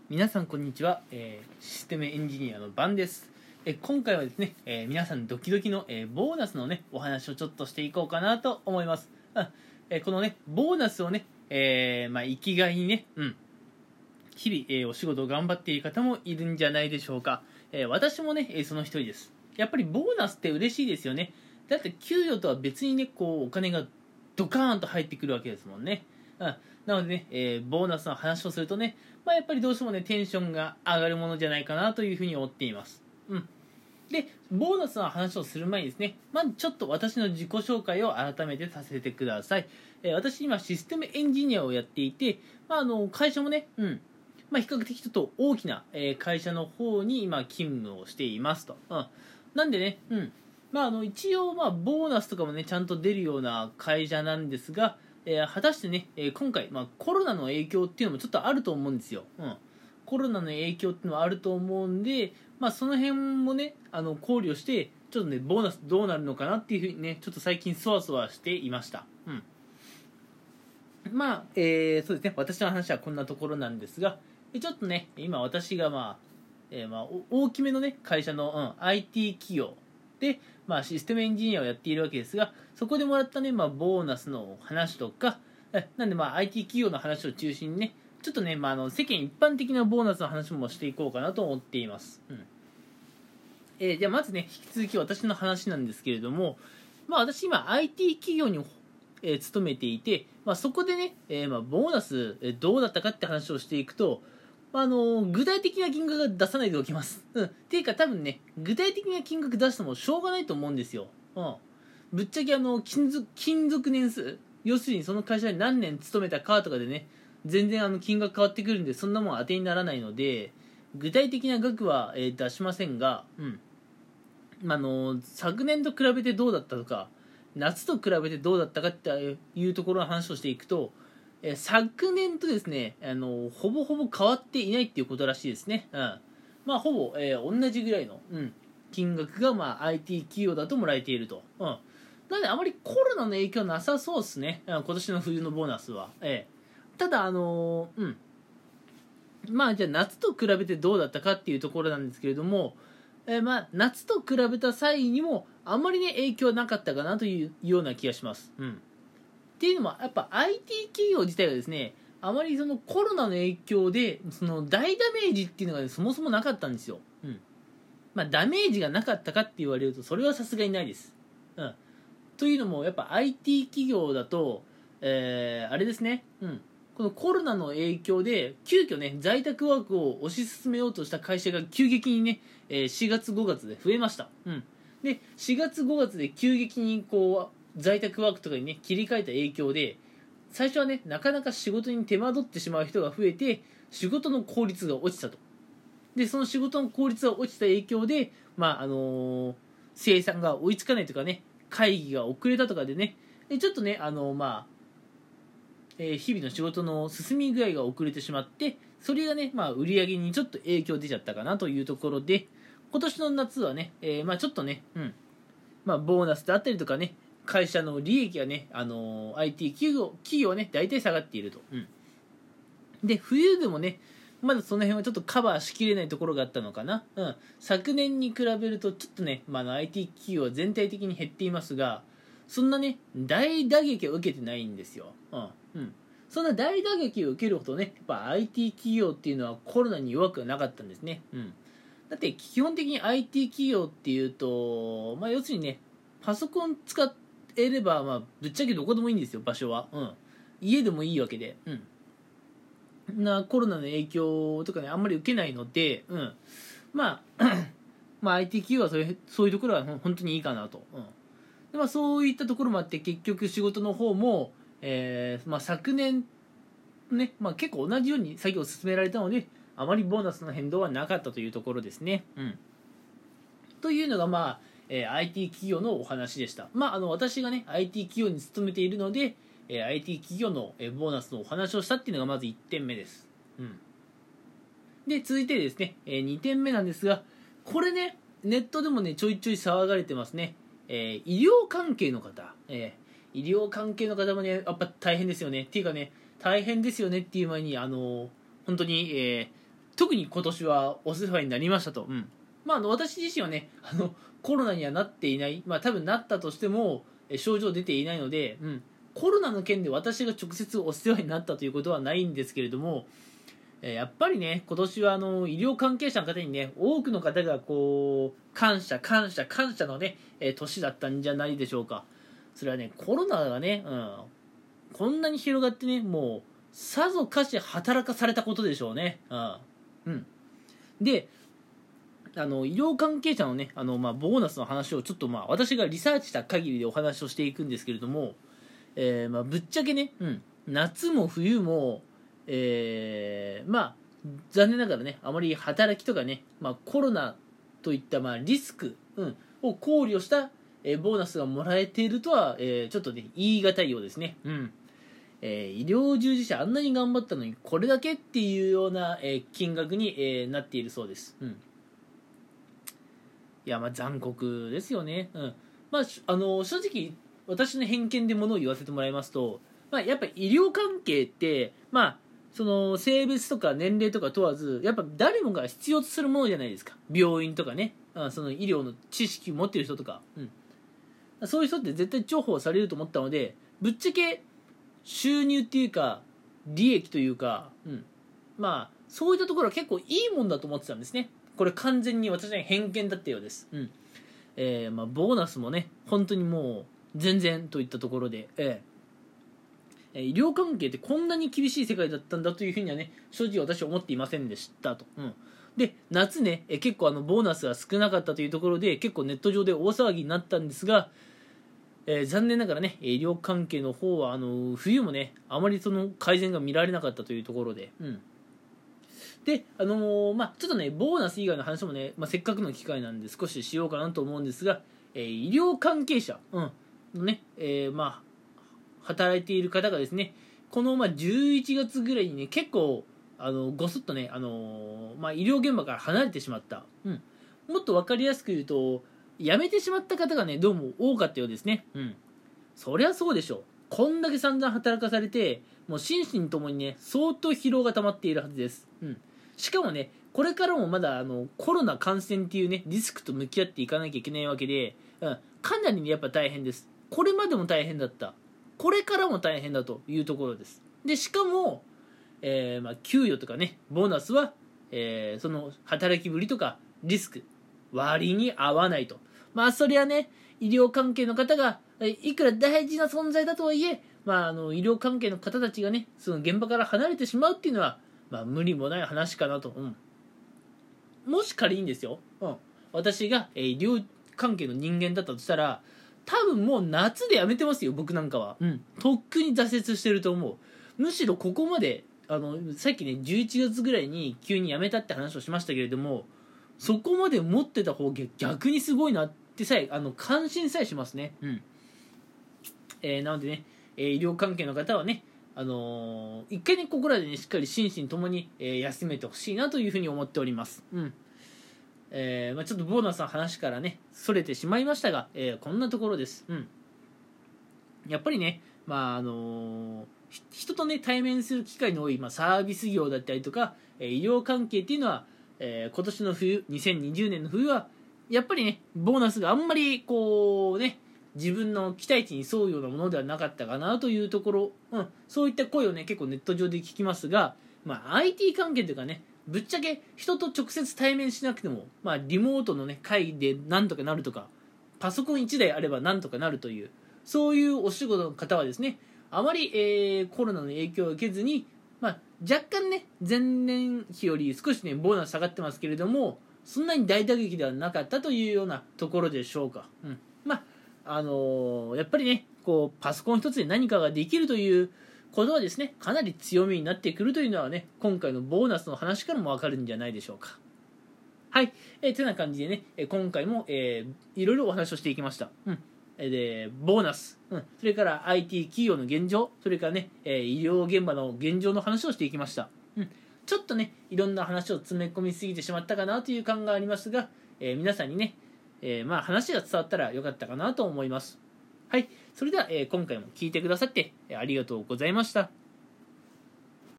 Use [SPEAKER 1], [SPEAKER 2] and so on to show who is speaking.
[SPEAKER 1] 皆さんこんにちは、システムエンジニアのバンです。今回はですね、皆さんドキドキの、ボーナスのねお話をちょっとしていこうかなと思います。このねボーナスをね、生きがいにね、日々、お仕事を頑張っている方もいるんじゃないでしょうか。私もね、その一人です。やっぱりボーナスって嬉しいですよね。だって給与とは別にねこうお金がドカーンと入ってくるわけですもんね。なのでね、ボーナスの話をするとね、やっぱりどうしてもねテンションが上がるものじゃないかなというふうに思っています。でボーナスの話をする前にですね、まずちょっと私の自己紹介を改めてさせてください。私今システムエンジニアをやっていて、会社もね、比較的ちょっと大きな、会社の方に今勤務をしていますと。なんでね、一応ボーナスとかもねちゃんと出るような会社なんですが、果たしてね、今回、コロナの影響っていうのもちょっとあると思うんですよ。コロナの影響っていうのはあると思うんで、その辺もね考慮してちょっとねボーナスどうなるのかなっていうふうにねちょっと最近そわそわしていました。そうですね、私の話はこんなところなんですが、ちょっとね今私が大きめのね会社の、IT 企業で、システムエンジニアをやっているわけですが、そこでもらったね、ボーナスの話とか、なんでIT 企業の話を中心にね、ちょっとね、世間一般的なボーナスの話もしていこうかなと思っています。じゃあまずね、引き続き私の話なんですけれども、私今 IT 企業に、勤めていて、そこでね、ボーナス、どうだったかって話をしていくと、具体的な金額が出さないでおきます。っていうか多分ね、具体的な金額出してもしょうがないと思うんですよ。ぶっちゃけ勤続年数、要するにその会社に何年勤めたかとかでね、全然金額変わってくるんで、そんなもん当てにならないので、具体的な額は、出しませんが、昨年と比べてどうだったとか、夏と比べてどうだったかっていうところの話をしていくと、昨年とですね、ほぼほぼ変わっていないっていうことらしいですね。ほぼ、同じぐらいの、金額が、IT 企業だともらえていると。なのであまりコロナの影響なさそうですね。今年の冬のボーナスは。ただ、じゃあ夏と比べてどうだったかっていうところなんですけれども、夏と比べた際にもあんまりね影響はなかったかなというような気がします。っていうのもやっぱ IT 企業自体がですね、あまりそのコロナの影響でその大ダメージっていうのが、そもそもなかったんですよ。ダメージがなかったかって言われるとそれはさすがにないです。というのもやっぱ IT 企業だと、あれですね、このコロナの影響で急遽ね在宅ワークを推し進めようとした会社が急激にね、4月5月で増えました。で4月5月で急激にこう在宅ワークとかにね切り替えた影響で、最初はねなかなか仕事に手間取ってしまう人が増えて仕事の効率が落ちたと。でその仕事の効率が落ちた影響で生産が追いつかないとかね、会議が遅れたとかでね、ちょっとね日々の仕事の進み具合が遅れてしまって、それがね、売り上げにちょっと影響出ちゃったかなというところで、今年の夏はね、ちょっとね、ボーナスであったりとかね、会社の利益がね、IT 企業はね、大体下がっていると。で、冬でもね、まだその辺はちょっとカバーしきれないところがあったのかな。昨年に比べるとちょっとね、IT 企業は全体的に減っていますが、そんなね、大打撃を受けてないんですよ。そんな大打撃を受けるほどね、やっぱ IT 企業っていうのはコロナに弱くはなかったんですね。だって基本的に IT 企業っていうと、要するにね、パソコン使えれば、ぶっちゃけどこでもいいんですよ、場所は。家でもいいわけで。コロナの影響とかね、あんまり受けないので、IT 企業はそういうところは本当にいいかなと。でそういったところもあって、結局仕事の方も、昨年ね、結構同じように作業を進められたので、あまりボーナスの変動はなかったというところですね。というのがIT 企業のお話でした。私がね IT 企業に勤めているので、IT 企業のボーナスのお話をしたっていうのがまず1点目です。で続いてですね、2点目なんですが、これねネットでもねちょいちょい騒がれてますね。医療関係の方、医療関係の方もねやっぱ大変ですよねっていうかね、大変ですよねっていう前に本当に、 特に今年はお世話になりましたと。私自身はねコロナにはなっていない、多分なったとしても症状出ていないので、コロナの件で私が直接お世話になったということはないんですけれども、やっぱりね今年は医療関係者の方にね多くの方がこう感謝のね年だったんじゃないでしょうか。それはねコロナがね、こんなに広がってねもうさぞかし働かされたことでしょうね。で医療関係者のねボーナスの話をちょっと私がリサーチした限りでお話をしていくんですけれども、ぶっちゃけね、夏も冬も残念ながらねあまり働きとかね、コロナといったリスク、を考慮した、ボーナスがもらえているとは、ちょっとね言い難いようですね。医療従事者あんなに頑張ったのにこれだけっていうような、金額に、なっているそうです。いや残酷ですよね。正直私の偏見でものを言わせてもらいますと、やっぱ医療関係ってその性別とか年齢とか問わずやっぱ誰もが必要とするものじゃないですか。病院とかね、その医療の知識を持っている人とか、そういう人って絶対重宝されると思ったので、ぶっちゃけ収入っていうか利益というか、そういったところは結構いいもんだと思ってたんですね。これ完全に私の偏見だったようです。ボーナスもね本当にもう全然といったところで、医療関係ってこんなに厳しい世界だったんだというふうにはね正直私は思っていませんでしたと。で夏ね結構ボーナスが少なかったというところで結構ネット上で大騒ぎになったんですが、残念ながらね医療関係の方は冬もねあまりその改善が見られなかったというところで、でちょっとねボーナス以外の話もね、せっかくの機会なんで少ししようかなと思うんですが、医療関係者、のね、働いている方がですねこの11月ぐらいにね結構ごそっとね、医療現場から離れてしまった、もっと分かりやすく言うと辞めてしまった方がねどうも多かったようですね。そりゃそうでしょう。こんだけ散々働かされてもう心身ともにね相当疲労が溜まっているはずです。しかもねこれからもまだコロナ感染っていうねリスクと向き合っていかなきゃいけないわけで、かなりねやっぱ大変です。これまでも大変だった、これからも大変だというところです。でしかも、給与とかねボーナスは、その働きぶりとかリスク割に合わないと。それはね医療関係の方がいくら大事な存在だとはいえ、医療関係の方たちがねその現場から離れてしまうっていうのは無理もない話かなと。もし仮にですよ、私が、医療関係の人間だったとしたら多分もう夏で辞めてますよ僕なんかは。とっくに挫折してると思う。むしろここまでさっきね11月ぐらいに急に辞めたって話をしましたけれども、そこまで持ってた方が逆にすごいなってさえ感心さえしますね。なのでね、医療関係の方はね一回ねここらでねしっかり心身ともに、休めてほしいなというふうに思っております。ちょっとボーナスの話からねそれてしまいましたが、こんなところです。やっぱりね人とね対面する機会の多い、サービス業だったりとか、医療関係っていうのは、今年の冬2020年の冬はやっぱりねボーナスがあんまりこうね自分の期待値に沿うようなものではなかったかなというところ、そういった声をね結構ネット上で聞きますが、IT 関係というかねぶっちゃけ人と直接対面しなくても、リモートのね会議でなんとかなるとかパソコン1台あればなんとかなるというそういうお仕事の方はですねあまり、コロナの影響を受けずに、若干ね前年比より少しねボーナス下がってますけれどもそんなに大打撃ではなかったというようなところでしょうか。やっぱりねこうパソコン一つで何かができるということはですねかなり強みになってくるというのはね今回のボーナスの話からもわかるんじゃないでしょうか。はい、てな感じでね今回も、いろいろお話をしていきました。でボーナス、それから IT 企業の現状、それからね、医療現場の現状の話をしていきました。ちょっとねいろんな話を詰め込みすぎてしまったかなという感がありますが、皆さんにね、話が伝わったらよかったかなと思います。はい、それでは、今回も聞いてくださってありがとうございました。